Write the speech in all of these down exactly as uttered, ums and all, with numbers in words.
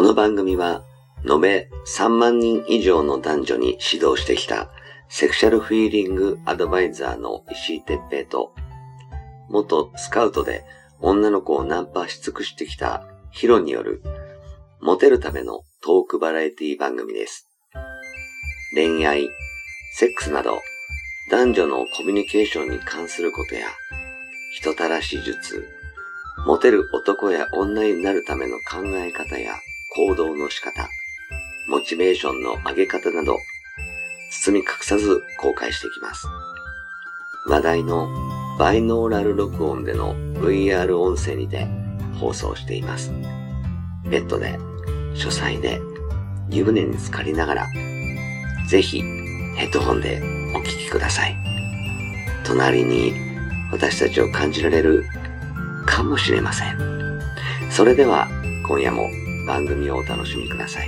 の番組は延べさんまんにん以上の男女に指導してきたセクシャルフィーリングアドバイザーの石井哲平と、元スカウトで女の子をナンパし尽くしてきたヒロによるモテるためのトークバラエティ番組です。恋愛、セックスなど男女のコミュニケーションに関することや人たらし術、モテる男や女になるための考え方や行動の仕方、モチベーションの上げ方など包み隠さず公開していきます。話題のバイノーラル録音での ブイアール 音声にて放送しています。ベッドで、書斎で、湯船に浸かりながら、ぜひヘッドホンでお聞きください。隣に私たちを感じられるかもしれません。それでは今夜も番組をお楽しみください。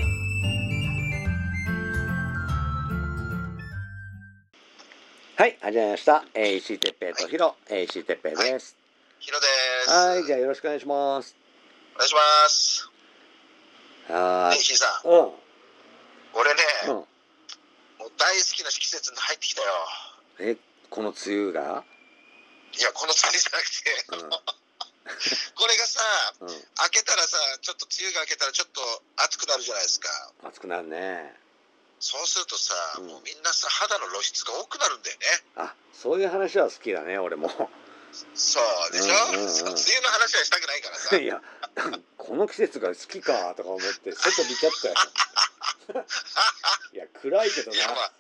はい、始まりました。えー、石井哲平とヒロ、えー、石井哲平です。 ヒロです。 はい、じゃあよろしくお願いします。 お願いします。 あー、 ね、石井さん。 うん。 俺ね、 うん、 もう大好きな季節に入ってきたよ。 え、この梅雨がいや、この梅雨じゃなくて、うん、これがさ、うん、明けたらさ、ちょっと梅雨が明けたらちょっと暑くなるじゃないですか。 暑くなるね。 そうするとさ、うん、もうみんなさ、肌の露出が多くなるんだよね。 あ、そういう話は好きだね、俺も。 そうでしょ、うんうんうん、そう、梅雨の話はしたくないからさ。 いや、この季節が好きかとか思って外見ちゃったよ。いや、暗いけどな。いや、まあ、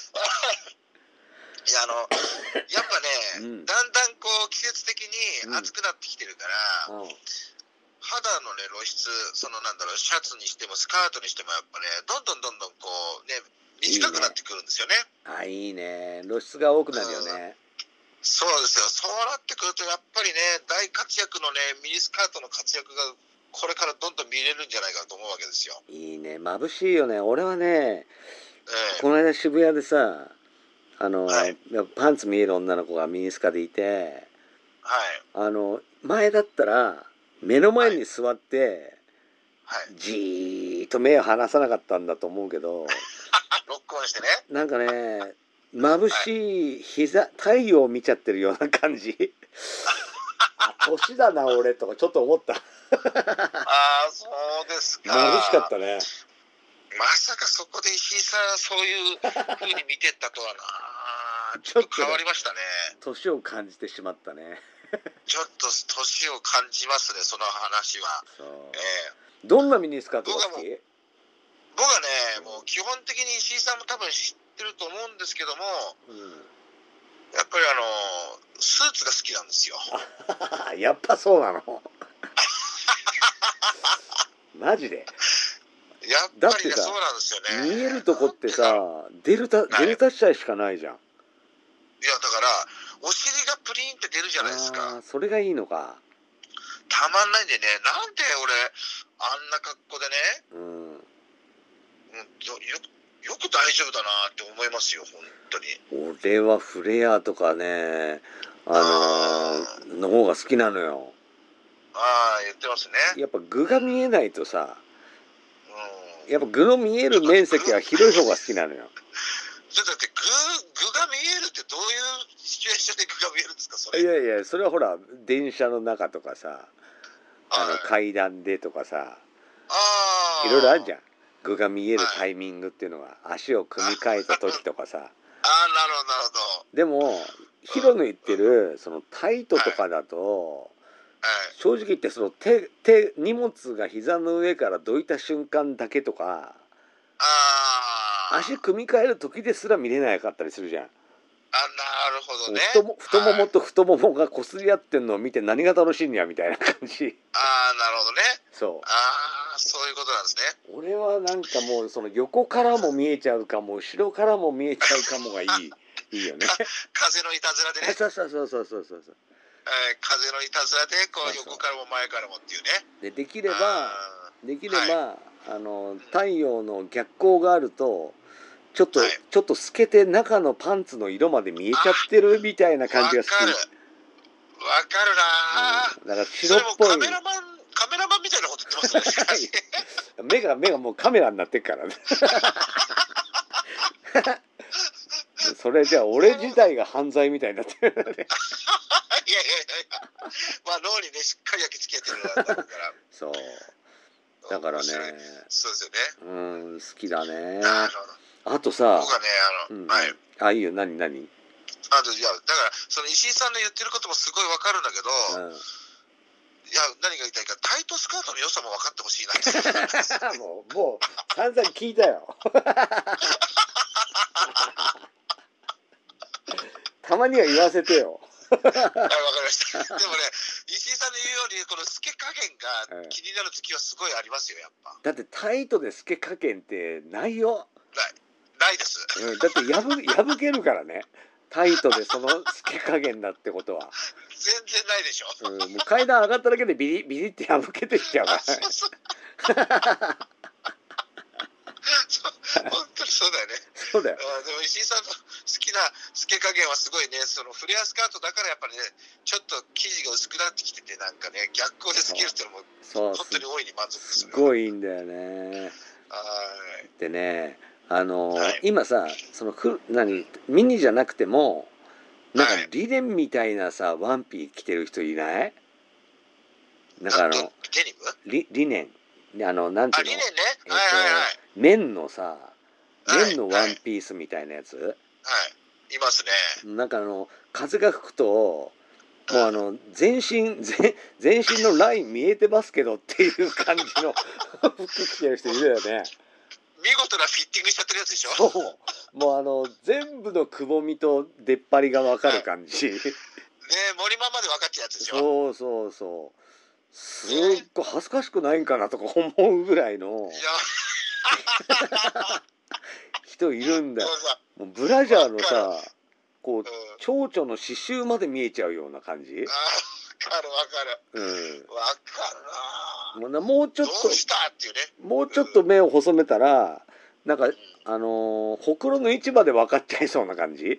いや、あの、やっぱね、うん、だんだんこう季節的に暑くなってきてるから、うん、肌のね露出、そのなんだろう、シャツにしてもスカートにしてもやっぱね、どんどんどんどんこうね、短くなってくるんですよね。 あ、いいね。露出が多くなるよね。うん、 そうですよ。そうなってくるとやっぱりね、大活躍のね、ミニスカートの活躍がこれからどんどん見れるんじゃないかと思うわけですよ。 いいね。眩しいよね。俺はね、えー、この間渋谷でさ、あの、はい、パンツ見える女の子がミニスカでいて、 はい、 あの前だったら目の前に座って、 はいはい、 じーっと目を離さなかったんだと思うけどロックオンしてね、 なんかね、眩しい膝、太陽を見ちゃってるような感じ。あ、年だな俺とかちょっと思った。 ああ、そうですか。 眩しかったね。 まさかそこで石井さんそういう風に見てったとはな。ちょっと変わりましたね。 年を感じてしまったね。 ちょっと年を感じますね、その話は。 そう、 えー、どんなミニスカートが好き？ 僕はね、もう基本的に石井さんも多分知ってると思うんですけども、うん、やっぱりあのスーツが好きなんですよ。 やっぱそうなの？マジで？ やっぱりね、そうなんですよね。 見えるとこってさ、デルタ、デルタ車しかないじゃん。 いや、だからお尻がプリンって出るじゃないですか。 あ、それがいいのか。 たまんないんでね、なんで俺あんな格好でね、うん、うん、よ, よく大丈夫だなって思いますよ、本当に。 俺はフレアとかね、あのー、の方が好きなのよ。 ああ、言ってますね。 やっぱ具が見えないとさ、うん、やっぱ具の見える面積は広い方が好きなのよ。 ちょっとだって具、具が見えるってどういうシチュエーションで具が見えるんですか、それ。 いやいや、それはほら電車の中とかさ、あの階段でとかさ、 あ、 いろいろあるじゃん。具が見えるタイミングっていうのは、はい、足を組み替えた時とかさ。ああ、なるほどなるほど。でもヒロの言ってるそのタイトとかだと、はい、正直言ってその手手荷物が膝の上からどいた瞬間だけとか、 あ、 足組み替える時ですら見れなかったりするじゃん。 あ、なるほどね。 太も、太ももと太ももが擦り合ってんのを見て何が楽しいんやみたいな感じ。 ああ、なるほどね。 そう。 ああ、そういうことなんですね。 俺はなんかもうその横からも見えちゃうかも後ろからも見えちゃうかもがいいいいよね。 風のいたずらでね。 そうそうそうそうそうそうそう。 えー、風のいたずらでこう横からも前からもっていうね。 でできればできれば、はい、あの太陽の逆光があるとちょっと、はい、ちょっと透けて中のパンツの色まで見えちゃってるみたいな感じが好き。わかる。 わかるな、 うん。だから白っぽい。 それもカメラマンカメラマンみたいなこと言ってますね。 目が目がもうカメラになってっからねそれじゃあ俺自体が犯罪みたいになってるねいやいやいやいやまあ脳にねしっかり焼き付けてるだからそうだからねそうですよねうん好きだね。 なるほど。 あとさ僕はねあの、うん、はいあいいよ何何あといやだからその石井さんの言ってることもすごいわかるんだけど、うん、いや何が言いたいかタイトスカートの良さも分かってほしいなってもうもう散々聞いたよたまには言わせてよはいわかりましたでもね石井さんの言うようにこの透け加減が気になる時はすごいありますよやっぱ。 だってタイトで透け加減ってないよ。 ないないです、 うん、だって破破けるからねタイトでその透け加減だってことは全然ないでしょ、 うん、もう階段上がっただけでビリビリって破けてきちゃうからそうそう本当にそうだよね。 そうだよ。 でも石井さんの好きな透け加減はすごいね。そのフレアスカートだからやっぱりねちょっと生地が薄くなってきててなんかね逆光で透けるっていうのもそう本当に大いに満足です。 すごいいいんだよね。 はいでねあの、はい、今さそのふ何ミニじゃなくてもなんかリネンみたいなさワンピー着てる人いない？なんかあのデニム？ リリネンあのなんていうの？ あリネンね。えっと、はいはいはい。 綿のさ綿のワンピースみたいなやつ？はい、はいいますね。 なんかあの風が吹くともうあの全身全全身のライン見えてますけどっていう感じの服着てる人いるよね。 見事なフィッティングしちゃってるやつでしょ。 そうもうあの全部のくぼみと出っ張りが分かる感じ、はい、 ね森マまで分かっちゃうやつでしょ。 そうそうそうすっごい恥ずかしくないんかなとか思うぐらいのいや人いるんだよ。もうブラジャーのさこう、うん、蝶々の刺繍まで見えちゃうような感じ。あ分かる分かる、うん、分かるな。もうなもうちょっとどうしたっていうね、 もうちょっと目を細めたらなんか、うん、あのー、ほくろの位置まで分かっちゃいそうな感じ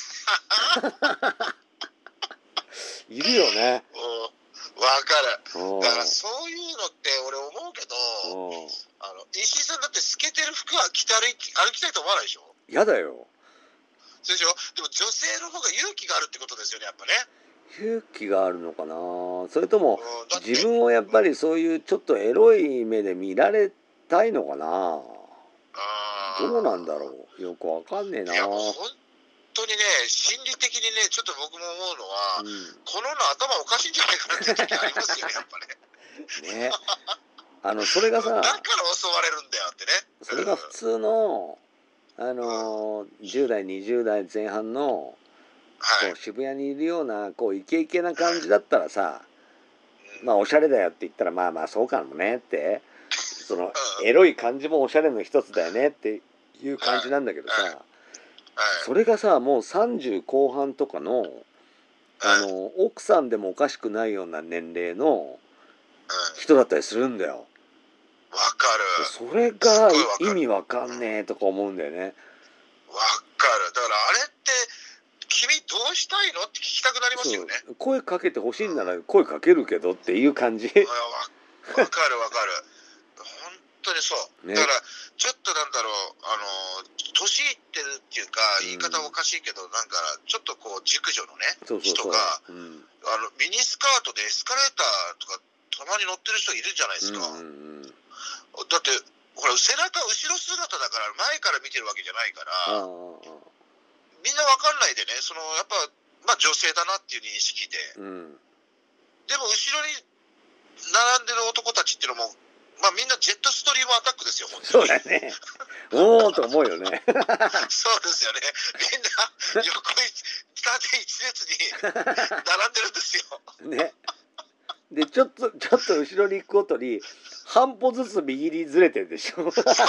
いるよね。 分かる。だからそういうのって俺思うけどあの石井さんだって透けてる服は着て歩き、歩きたいと思わないでしょ。 やだよ。 そうでしょ。でも女性の方が勇気があるってことですよねやっぱね。 勇気があるのかな。それとも自分をやっぱりそういうちょっとエロい目で見られたいのかな。どうなんだろうよくわかんねえな。 いやもう本当にね心理的にねちょっと僕も思うのは、うん、このの頭おかしいんじゃないかなって時ありますよねやっぱね。 ねあのそれがさだから襲われるんだよってね。 それが普通のあのー、じゅう代にじゅう代前半のこう渋谷にいるようなこうイケイケな感じだったらさ、まあおしゃれだよって言ったらまあまあそうかもねってそのエロい感じもおしゃれの一つだよねっていう感じなんだけどさそれがさもうさんじゅう後半とかのあの奥さんでもおかしくないような年齢の人だったりするんだよ。 わかる。それが意味わかんねえとか思うんだよね。 わかる。だからあれって君どうしたいのって聞きたくなりますよね。 声かけてほしいなら声かけるけどっていう感じ。わかるわかる。本当にそう。ね、だからちょっとなんだろうあの年いってるっていうか言い方おかしいけど、うん、なんかちょっとこう熟女のねそうそうそう人が、うん、あのミニスカートでエスカレーターとかたまに乗ってる人いるじゃないですか。うんうんうん、だってほら背中後ろ姿だから前から見てるわけじゃないからみんなわかんないでねそのやっぱ、まあ、女性だなっていう認識で、うん、でも後ろに並んでる男たちっていうのもまあみんなジェットストリームアタックですよ本当に。 そうだね。おーと思うよね。 そうですよね。みんな横縦一列に並んでるんですよ。ね。 でちょっとちょっと後ろに行くごとに半歩ずつ右にずれてるでしょ。そうそうそうそう。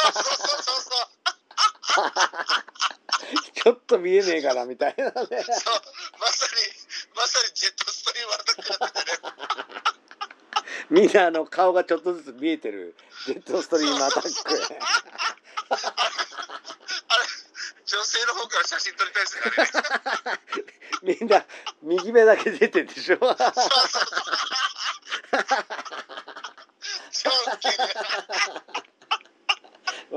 ちょっと見えねえかなみたいなね。そうまさにまさにジェットストリームアタックなんでね。 みんなあの顔がちょっとずつ見えてるジェットストリームアタック。あれ女性の方から写真撮りたいですね。みんな右目だけ出てるでしょ。そうそうそう。 超ウケる。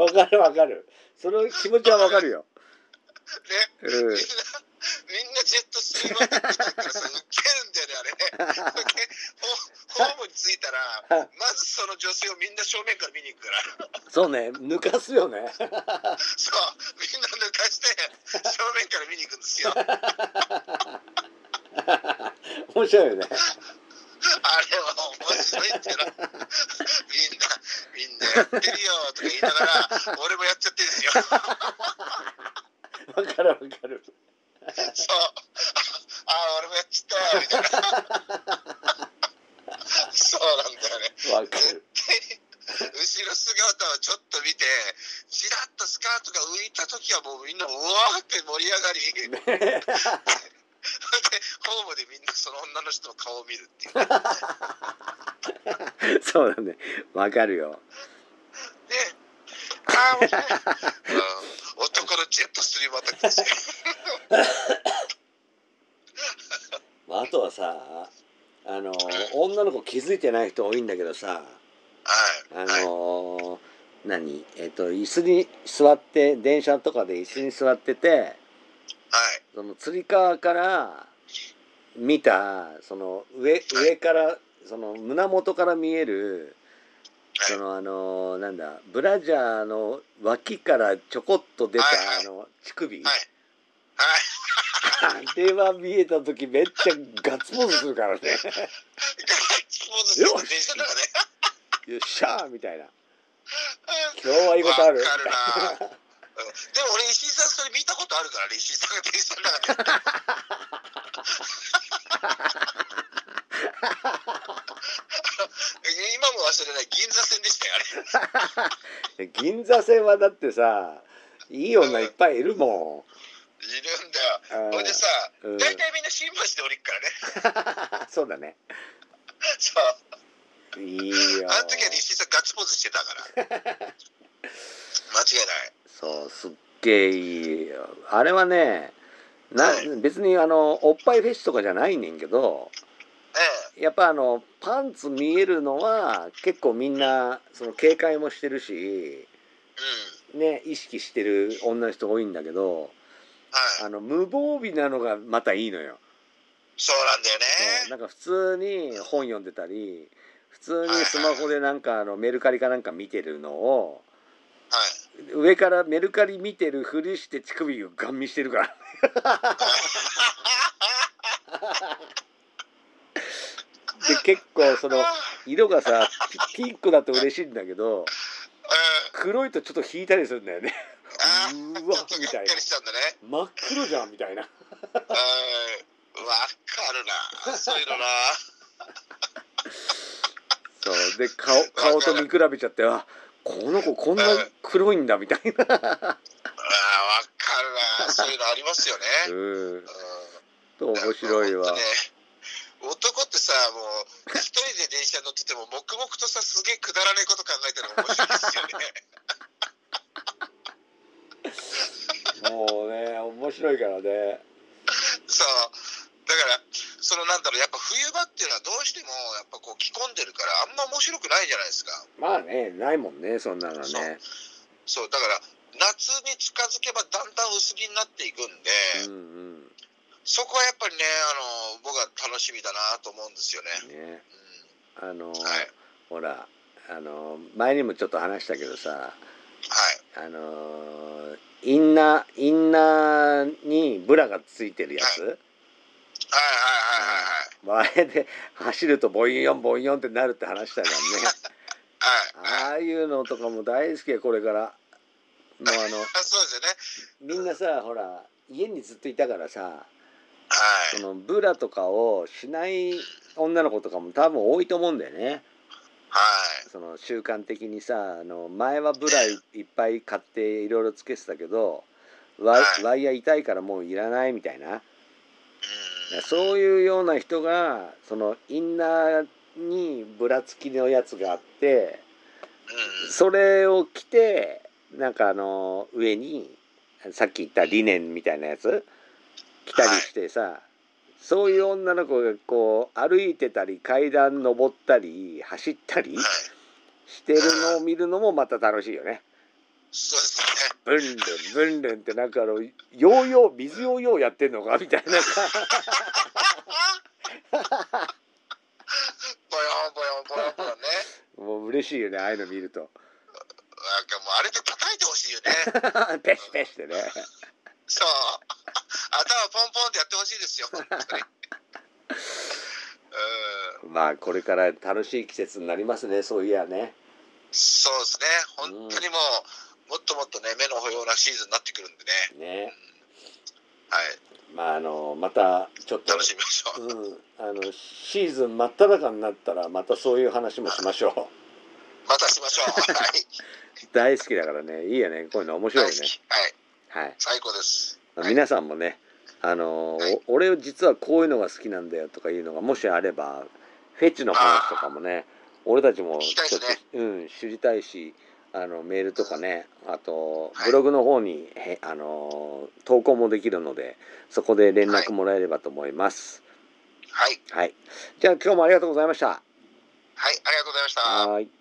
わかるわかる。その気持ちはわかるよ。 ね、うん、みんな、みんなジェットストリームアタックだからさ、ウケるんだよね、あれね。ホームに着いたら、まずその女性をみんな正面から見に行くから。 そうね、抜かすよね。 そう、みんな抜かして、正面から見に行くんですよ。 面白いよね。 あれは面白いってな。みんな、みんなやってるよとか言いながら、俺もやっちゃってるんですよ。 わかるわかる。 そう。ああ、俺もやっちゃったよ、みたいな。そうなんだよね。 わかる。 後ろ姿をちょっと見て、ちらっとスカートが浮いた時はもうみんなうわーって盛り上がり。ねでホームでみんなその女の人の顔を見るっていう、ね、 そうだね、わかるよ。ね、 ああ面白い、うん、男のジェットストリームアタックですよ。 あとはさ、あの女の子気づいてない人多いんだけどさ、はい、あの、はい、何えっと椅子に座って電車とかで椅子に座ってて、はい、そのつり革から見たその上上からその胸元から見えるそのあのなんだブラジャーの脇からちょこっと出たあの乳首、はいはい、あれは見えた時めっちゃガッツポーズするからね。ガッツポーズする電車だからね。よっしゃーみたいな。今日はいいことある。わかるな。 でも俺石井さんそれ見たことあるからね、石井さんが電車の中でやって今も忘れない銀座線でしたよあれ。銀座線はだってさ、いい女いっぱいいるもん。いるんだよ。ほいでさ、うん、大体みんな新橋で降りるからね。 そうだね。 そう。 いいよ。 あの時は石井さんガッツポーズしてたから。間違いない。 そう、すっげえいいよ。あれはね、な、はい、別にあのおっぱいフェチとかじゃないねんけど、ええ、やっぱあのパンツ見えるのは結構みんなその警戒もしてるし、うん、ね、意識してる女の人多いんだけど、はい、あの無防備なのがまたいいのよ。 そうなんだよね。 なんか普通に本読んでたり、普通にスマホでなんかあのメルカリかなんか見てるのを、はい、上からメルカリ見てるふりして乳首をガン見してるからで結構その色がさ ピ, ピンクだと嬉しいんだけど、黒いとちょっと引いたりするんだよね。うわみたいな、真っ黒じゃんみたいな。わかるな、そういうのな。 そうで 顔, 顔と見比べちゃって、あ、この子こんな黒いんだみたいな。ああ、わかるな、そういうのありますよね。うん。 と面白いわ。 ね、男ってさ、もう一人で電車乗ってても黙々とさ、すげえくだらないこと考えてるの面白いですよね。 もうね、面白いからね。 そう。だからそのなんだろう、やっぱ冬場っていうのはどうしてもやっぱこう着込んでるからあんま面白くないじゃないですか。 まあね、ないもんね、そんなのね。 そう、そうだから夏に近づけばだんだん薄着になっていくんで、うんうん、そこはやっぱりね、あの僕は楽しみだなと思うんですよね。ね、 うん、あの、はい、ほらあの前にもちょっと話したけどさ、はい、あのインナーインナーにブラがついてるやつ。はい、はいはいはいはいはい。あれで走るとボイヨンボイヨンってなるって話したじゃんね。はい。ああいうのとかも大好きやこれから。もうあのそうですよね。 みんなさ、ほら家にずっといたからさ、はい、そのブラとかをしない女の子とかも多分多いと思うんだよね。はい。その習慣的にさ、あの前はブラいっぱい買っていろいろつけてたけど、ワイ、はい、ワイヤー痛いからもういらないみたいな。そういうような人がそのインナーにブラ付きのやつがあって、それを着てなんかあの上にさっき言ったリネンみたいなやつ着たりしてさ、そういう女の子がこう歩いてたり階段登ったり走ったりしてるのを見るのもまた楽しいよね。 そうですね。 ブンルンブンルンってなんかあのヨーヨー水ヨーヨーやってんのかみたいな。ボヨンボヨンボヨンボヨンね。 もう嬉しいよね、ああいうの見ると。 なんかもうあれで叩いてほしいよね。 ペシペシってね。 そう。頭ポンポンってやってほしいですよ。本当に。 うん。まあこれから楽しい季節になりますね。そういやね。 そうですね。本当にもう、もっともっとね目の保養なシーズンになってくるんでね。ね。うん、はい。 まああのまたちょっと楽しみましょう。 うん、あのシーズン真っ只中になったらまたそういう話もしましょう。 またしましょう。はい。 大好きだからね、いいよね、こういうの面白いね。 はい。はい。最高です。 皆さんもね、あのーはい、俺実はこういうのが好きなんだよとかいうのがもしあれば、フェチの話とかもね、俺たちもちょっと、ね、うん、知りたいし、あのメールとかね、あとブログの方に、はい、あの投稿もできるので、そこで連絡もらえればと思います。 はい。 はい。じゃあ今日もありがとうございました。 はい、ありがとうございました。 はい。